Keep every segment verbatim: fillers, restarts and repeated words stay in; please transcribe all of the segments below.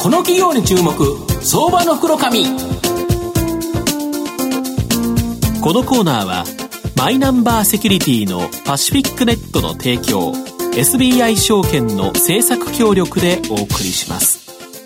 この企業に注目、相場の袋紙。このコーナーはマイナンバーセキュリティのパシフィックネットの提供、 エスビーアイ 証券の政策協力でお送りします。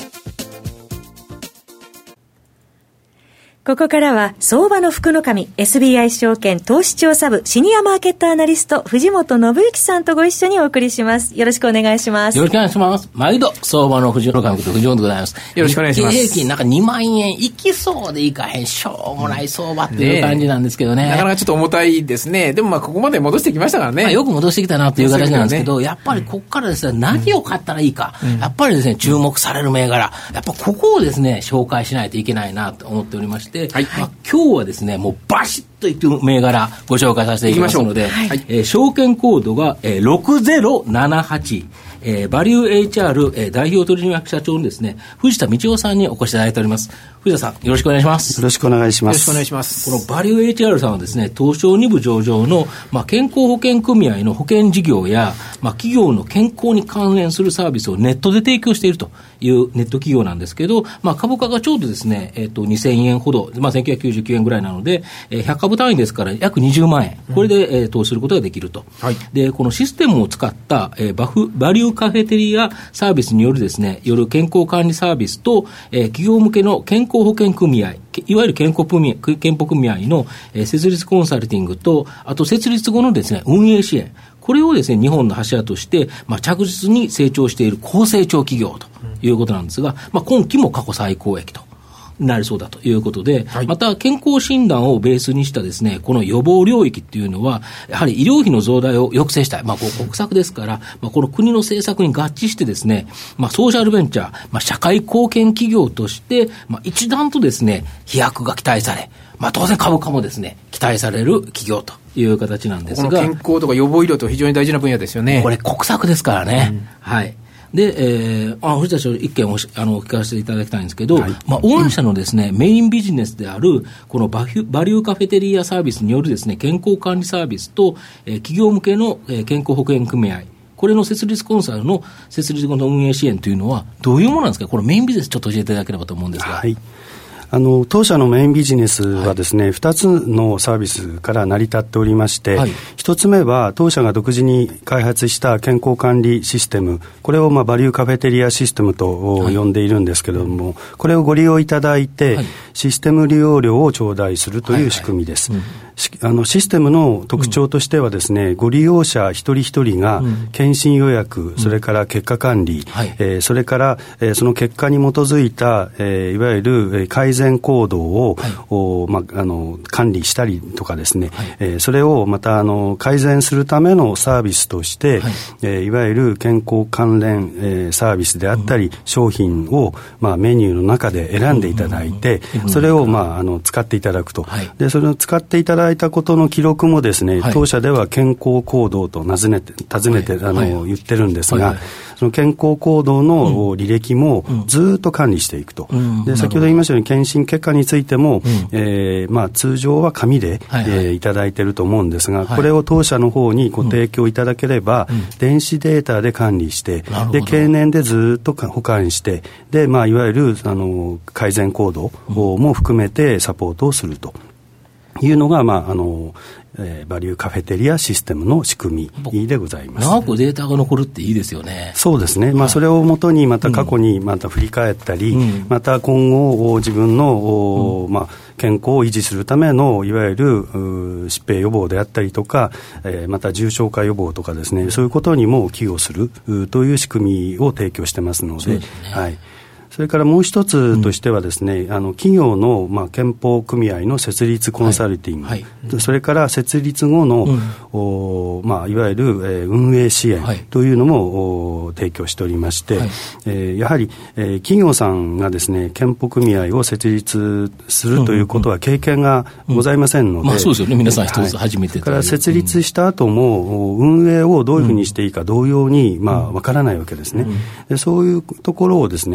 ここからは相場の福の神 エスビーアイ 証券投資調査部シニアマーケットアナリスト藤本信之さんとご一緒にお送りします。よろしくお願いします。 よろしくお願いします。毎度相場の藤の神こと藤本でございます。 よろしくお願いします。 日経平均なんかにまんえんいきそうでいかへん、しょうもない相場っていう感じなんですけどね、 ね、なかなかちょっと重たいですね。でもまあここまで戻してきましたからね、 まあ、よく戻してきたなという形なんですけど、ね、やっぱりここからですね、何を買ったらいいか、うん、やっぱりですね注目される銘柄、やっぱここをですね紹介しないといけないなと思っておりまして、はい、まあ、今日はですねもうバシッといく銘柄ご紹介させていただきますので、はい、えー、証券コードが、えー、ろくぜろななはち、えー、バリュー エイチアール、えー、代表取締役社長のですね藤田道夫さんにお越しいただいております。藤田さん、よろしくお願いします。 よろしくお願いします。 よろしくお願いします。 このバリュー エイチアール さんはですね東証に部上場の、まあ、健康保険組合の保険事業や、まあ、企業の健康に関連するサービスをネットで提供しているというネット企業なんですけど、まあ、株価がちょうどですね、えー、とにせんえんほど、まあ、せんきゅうひゃくきゅうじゅうきゅうえんぐらいなので、えー、ひゃくかぶ単位ですから約にじゅうまんえん、これで、えー、投資することができると、はい、でこのシステムを使った、えー、バフバリューカフェテリアサービスによるですね、よる健康管理サービスと、えー、企業向けの健康保険組合、いわゆる健康組合、健保組合の、えー、設立コンサルティングと、あと設立後のですね運営支援、これをですね日本の柱として、まあ、着実に成長している高成長企業ということなんですが、まあ、今期も過去最高益となりそうだということで、はい、また健康診断をベースにしたですねこの予防領域っていうのはやはり医療費の増大を抑制したい、まあ、こう国策ですから、まあ、この国の政策に合致してですね、まあ、ソーシャルベンチャー、まあ、社会貢献企業として、まあ、一段とですね飛躍が期待され、まあ、当然株価もですね期待される企業という形なんですが、 この健康とか予防医療と非常に大事な分野ですよね。 これ国策ですからね、うん、はい。で、えー、あ藤田社長一件おあの聞かせていただきたいんですけど、はい、まあ、御社のですね、うん、メインビジネスであるこのバリュ、バリューカフェテリアサービスによるですね健康管理サービスと、えー、企業向けの、えー、健康保険組合、これの設立コンサルの設立後の運営支援というのはどういうものなんですか。これメインビジネスちょっと教えていただければと思うんですが。 はい、あの当社のメインビジネスはですね、はい、ふたつのサービスから成り立っておりまして、はい、ひとつめは当社が独自に開発した健康管理システム、これをまあバリューカフェテリアシステムと呼んでいるんですけれども、はい、これをご利用いただいて、はい、システム利用料を頂戴するという仕組みです。はいはい、うん、あのシステムの特徴としてはですね、うん、ご利用者一人一人が検診予約、うん、それから結果管理、はい、えー、それから、えー、その結果に基づいた、えー、いわゆる改善行動を、はい、おまあ、あの管理したりとかですね、はい、えー、それをまたあの改善するためのサービスとして、はい、えー、いわゆる健康関連、えー、サービスであったり、うん、商品を、まあ、メニューの中で選んでいただいて、うんうん、それを、まあ、あの使っていただくと、はい、でそれを使っていただいたことの記録もですね、はい、当社では健康行動と名付ねて尋ねて、はい、あの、はい、言ってるんですが、はいはい、その健康行動の履歴もずっと管理していくと、うん、で先ほど言いましたように検診結果についても、うん、えーまあ、通常は紙で、はいはい、えー、いただいていると思うんですが、はい、これを当社の方にご提供いただければ、うん、電子データで管理して、で経年でずっと保管してで、まあ、いわゆるあの改善行動も含めてサポートをするというのが、まあ、あのえー、バリューカフェテリアシステムの仕組みでございます。 長くデータが残るっていいですよね。 そうですね、まあ、それをもとにまた過去にまた振り返ったり、うん、また今後自分の、うん、まあ、健康を維持するためのいわゆる疾病予防であったりとか、えー、また重症化予防とかですね、そういうことにも寄与するという仕組みを提供してますので、そうですね、はい。それからもう一つとしてはですね、うん、あの企業の、まあ、健保組合の設立コンサルティング、はいはい、それから設立後の、うん、おまあ、いわゆる、えー、運営支援というのも、はい、提供しておりまして、はい、えー、やはり、えー、企業さんがですね健保組合を設立するということは経験がございませんので、うんうん、 まあ、そうですよね、皆さん一つ初めて、はい、 だから設立した後も、うん、運営をどういうふうにしていいか同様に、まあ、わからないわけですね、うん、でそういうところをですね当社が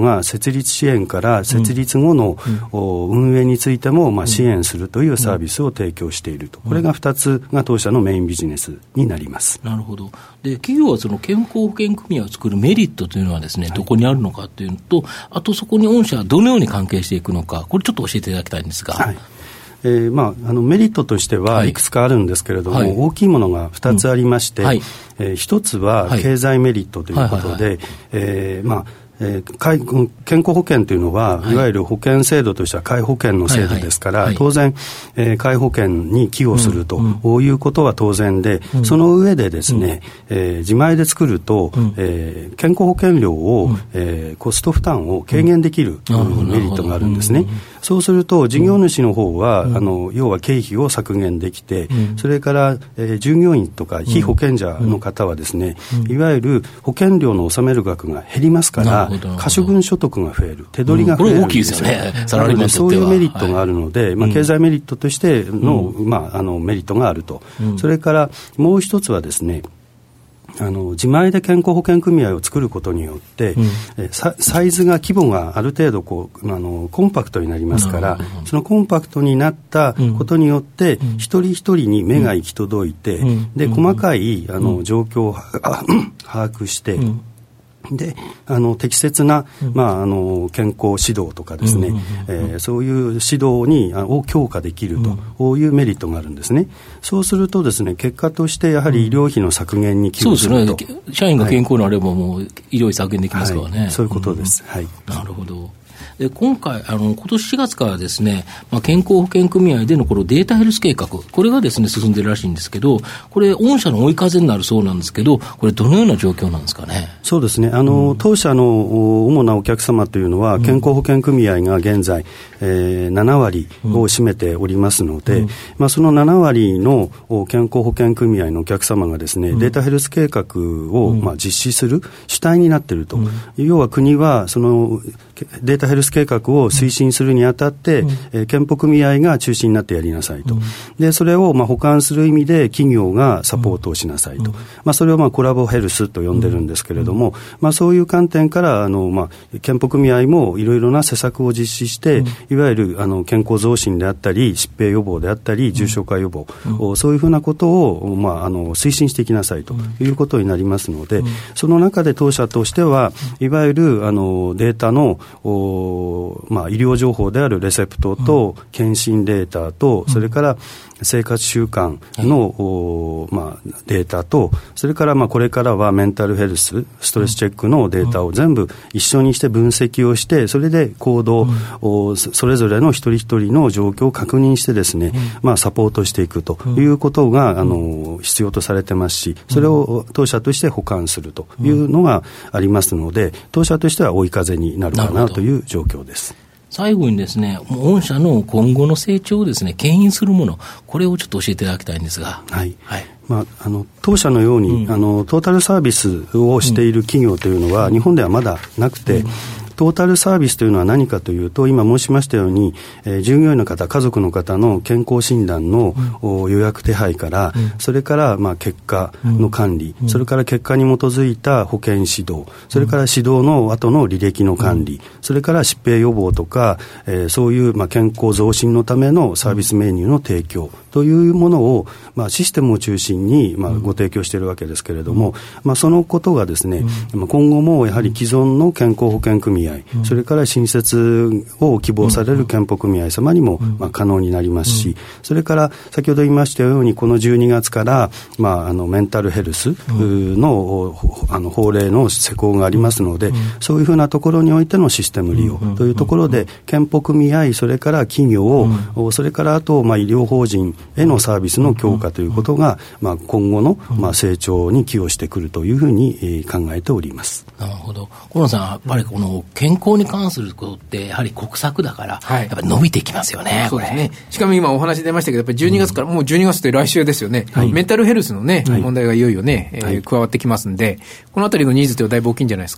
が設立支援から設立後の、うん、運営についても、まあ、支援するというサービスを提供していると、これがふたつが当社のメインビジネスになります。 なるほど。で、企業はその健康保険組合を作るメリットというのはですね、どこにあるのかというのと、あとそこに御社はどのように関係していくのか、これちょっと教えていただきたいんですが。はい、 えーまあ、あのメリットとしてはいくつかあるんですけれども、はい、大きいものがふたつありまして、うんはいえー、ひとつは経済メリットということで、えーまあえー、健康保険というのは、はい、いわゆる保険制度としては皆保険の制度ですから、はいはいはい、当然、えー、皆保険に寄与すると、うんうん、いうことは当然で、うん、その上でですね、うんえー、自前で作ると、うんえー、健康保険料を、うんえー、コスト負担を軽減できる、うん、メリットがあるんですね。そうすると事業主の方は、うん、あの要は経費を削減できて、うん、それから、えー、従業員とか被保険者の方はですね、うん、いわゆる保険料の納める額が減りますから、可処分所得が増える、手取りが増えるんですよ、うん、これ大きいですよね。サラリーマンにとってはそういうメリットがあるので、はいまあ、経済メリットとしての、うんまあ、あのメリットがあると、うん、それからもう一つはですね、あの自前で健康保険組合を作ることによって、うんえサ、サイズが規模がある程度こうあのコンパクトになりますから、そのコンパクトになったことによって、うん、一人一人に目が行き届いて、うん、で細かいあの状況を把握して、うんであの適切な、まあ、あの健康指導とかですね、えー、そういう指導にを強化できるというメリットがあるんですね。そうするとですね、結果としてやはり医療費の削減に寄与すると、うん、そうですね。 社員が健康になればもう医療費削減できますからね、はい、 そういうことです、うん、はい、 なるほど。で今回あの今年しがつからですね、まあ、健康保険組合でのこのデータヘルス計画、これがですね進んでいるらしいんですけど、これ御社の追い風になるそうなんですけど、これどのような状況なんですかね。 そうですね、あの、うん、当社の主なお客様というのは、うん、健康保険組合が現在、えー、ななわりを占めておりますので、うんまあ、そのななわりの健康保険組合のお客様がですね、うん、データヘルス計画を、うんまあ、実施する主体になっていると、うん、要は国はそのデータヘルス計画を推進するにあたって、うんえー、健保組合が中心になってやりなさいと、うん、でそれをまあ補完する意味で企業がサポートをしなさいと、うんまあ、それをまあコラボヘルスと呼んでるんですけれども、うんまあ、そういう観点からあの、まあ、健保組合もいろいろな施策を実施して、うん、いわゆるあの健康増進であったり疾病予防であったり重症化予防、うん、そういうふうなことを、まあ、あの推進していきなさいということになりますので、うん、その中で当社としてはいわゆるあのデータのまあ、医療情報であるレセプトと検診データと、それから生活習慣の、まあ、データと、それからまあこれからはメンタルヘルスストレスチェックのデータを全部一緒にして分析をして、それで行動をそれぞれの一人一人の状況を確認してですね、まあ、サポートしていくということがあの必要とされてますし、それを当社として補完するというのがありますので、当社としては追い風になるかなという状況です。 最後にですね、御社の今後の成長をですね、牽引するもの、これをちょっと教えていただきたいんですが。 はい。はい。まあ、あの当社のように、うん、あのトータルサービスをしている企業というのは、うん、日本ではまだなくて、うんトータルサービスというのは何かというと、今申しましたように、えー、従業員の方、家族の方の健康診断の、うん、予約手配から、うん、それから、まあ、結果の管理、うん、それから結果に基づいた保険指導、それから指導の後の履歴の管理、うん、それから疾病予防とか、えー、そういう、まあ、健康増進のためのサービスメニューの提供というものを、まあ、システムを中心に、まあ、ご提供しているわけですけれども、うんまあ、そのことがですね、うん、今後もやはり既存の健康保険組合、うん、それから新設を希望される健保組合様にも、うんまあ、可能になりますし、うん、それから先ほど言いましたようにこのじゅうにがつから、まあ、あのメンタルヘルスの、うん、あの法令の施行がありますので、うん、そういうふうなところにおいてのシステム利用というところで、健保組合、それから企業、うん、それからあと、まあ、医療法人へのサービスの強化ということが、まあ、今後の、まあ、成長に寄与してくるというふうに、えー、考えております。 なるほど。河野さん、やっぱりこの健康に関することってやはり国策だから、はい、やっぱり伸びてきますよね。 そうですね。しかも今お話出ましたけど、やっぱりじゅうにがつから、うん、もうじゅうにがつって来週ですよね、はい、メンタルヘルスのね、はい、問題がいよいよね、えーはい、加わってきますんで、このあたりのニーズってだいぶ大きいんじゃないですか。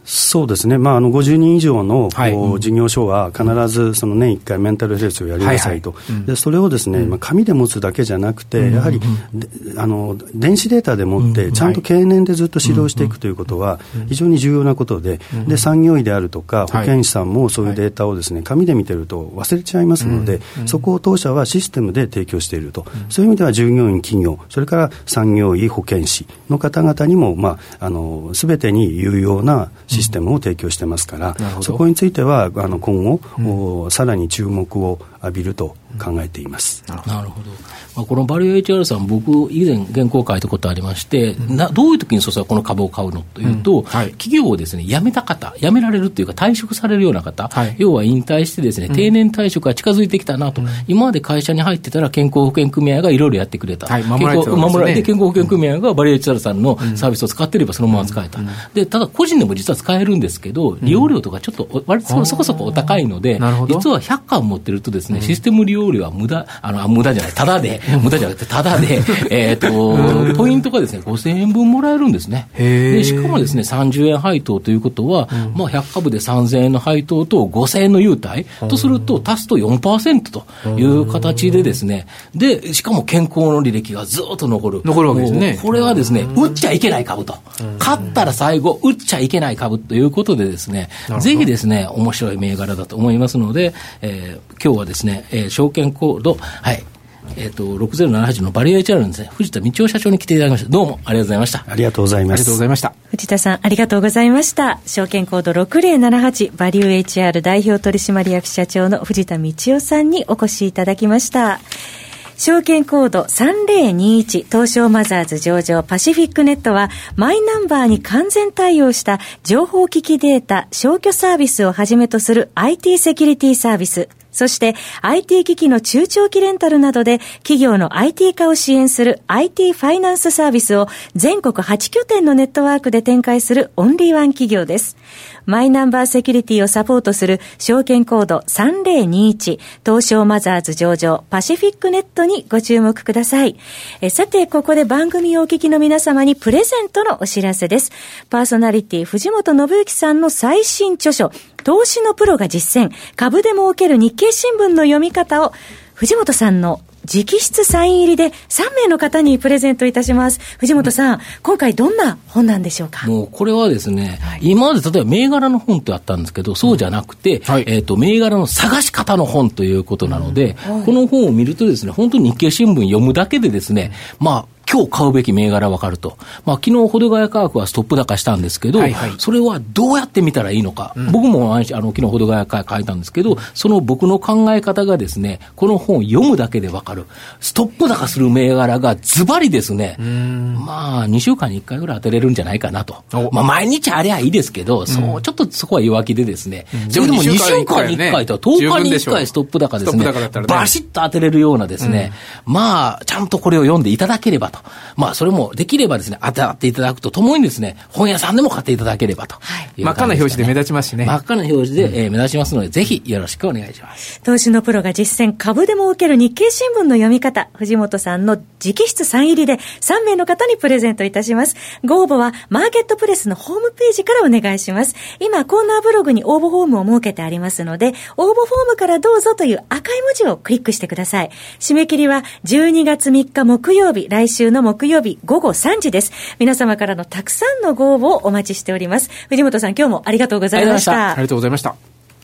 そうですね、まあ、あのごじゅうにん以上の、はい、事業所は必ずその年いっかいメンタルヘルスをやりなさいと、はいはい、うん、でそれをですね、まあ、紙で持つだけじゃなくて、うん、やはり、うん、あの電子データで持ってちゃんと経年でずっと指導していくということは非常に重要なことで、うん、で産業医であるとか保健師さんもそういうデータをですね、紙で見てると忘れちゃいますので、うん、そこを当社はシステムで提供していると、うん、そういう意味では従業員企業、それから産業医保健師の方々にも、まあ、あの全てに有用なシステムを提供してますから、うん、そこについてはあの今後、うん、さらに注目を浴びると考えています。 なるほど、なるほど、まあ、このバリュー エイチアール さん、僕以前原稿を書いたことありまして、うん、などういう時にそうこの株を買うのというと、うん、はい、企業をですね辞めた方、辞められるというか退職されるような方、はい、要は引退してですね、定年退職が近づいてきたなと、うん、今まで会社に入ってたら健康保険組合がいろいろやってくれた、はい、守られてますね、守られて健康保険組合がバリュー エイチアール さんのサービスを使っていればそのまま使えた、うんうん、でただ個人でも実は使えるんですけど、利用料とかちょっと割とそこそこお高いので、実はひゃっかん持ってるとですね、システム利用料は無駄、あの無駄じゃない、ただで無駄じゃなくてただでえっとポイントがですねごせんえんぶんもらえるんですね。でしかもですねさんじゅうえん配当ということは、うん、まあ、ひゃっかぶでさんぜんえんの配当とごせんえんの優待とすると足すと よんパーセント という形でですね、でしかも健康の履歴がずっと残る残るわけですね。 これはですね売っちゃいけない株と、買ったら最後売っちゃいけない株ということでですね、ぜひですね面白い銘柄だと思いますので、えー、今日はですね、えー、証券コード、はい、えー、とろくぜろななはちのバリュー エイチアール のですね、藤田道夫社長に来ていただきました。どうもありがとうございました。 ありがとうございます。 ありがとうございました。 藤田さんありがとうございました。証券コードろくぜろななはちバリュー エイチアール 代表取締役社長の藤田道夫さんにお越しいただきました。証券コードさんぜろにいち東証マザーズ上場パシフィックネットはマイナンバーに完全対応した情報機器データ消去サービスをはじめとする アイティー セキュリティサービス、そして アイティー 機器の中長期レンタルなどで企業の アイティー 化を支援する アイティー ファイナンスサービスを全国はちきょてんのネットワークで展開するオンリーワン企業です。マイナンバーセキュリティをサポートする証券コードさんぜろにいち東証マザーズ上場パシフィックネットにご注目ください。えさてここで番組をお聞きの皆様にプレゼントのお知らせです。パーソナリティ藤本信之さんの最新著書投資のプロが実践株で儲ける日経新聞の読み方を藤本さんの直筆サイン入りでさんめいの方にプレゼントいたします。藤本さん、今回どんな本なんでしょうか。 もうこれはですね、はい、今まで例えば銘柄の本ってあったんですけど、そうじゃなくて、うん、はい、えーと、銘柄の探し方の本ということなので、うん、はい、この本を見るとですね、本当に日経新聞読むだけでですね、まあ今日買うべき銘柄分かると。まあ昨日、保土ヶ谷価格はストップ高したんですけど、はいはい、それはどうやって見たらいいのか。うん、僕もあの昨日、保土ヶ谷価格書いたんですけど、その僕の考え方がですね、この本を読むだけで分かる。ストップ高する銘柄がズバリですね、まあにしゅうかんにいっかいぐらい当てれるんじゃないかなと。まあ毎日ありゃいいですけど、うん、そうちょっとそこは弱気でですね、うん、それでもにしゅうかんにいっかいととおかにいっかいストップ高ですね、ね、バシッと当てれるようなですね、うん、まあちゃんとこれを読んでいただければと。まあそれもできればですね、当たっていただくとともにですね、本屋さんでも買っていただければと、はい、 真っ赤な表示で目立ちますしね。 真っ赤な表示で、うん、えー、目立ちますので、ぜひよろしくお願いします。 投資のプロが実践株で儲ける日経新聞の読み方、藤本さんの直筆サイン入りでさんめいの方にプレゼントいたします。ご応募はマーケットプレスのホームページからお願いします。今コーナーブログに応募フォームを設けてありますので、応募フォームからどうぞという赤い文字をクリックしてください。締め切りはじゅうにがつみっか木曜日、来週の木曜日ごごさんじです。皆様からのたくさんのご応募をお待ちしております。藤本さん、今日もありがとうございました。 ありがとうございました。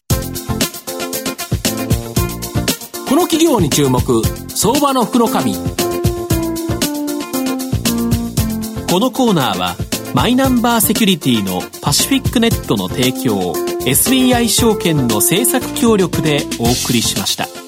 この企業に注目、相場の福の神。このコーナーはマイナンバーセキュリティのパシフィックネットの提供、エスビーアイ 証券の政策協力でお送りしました。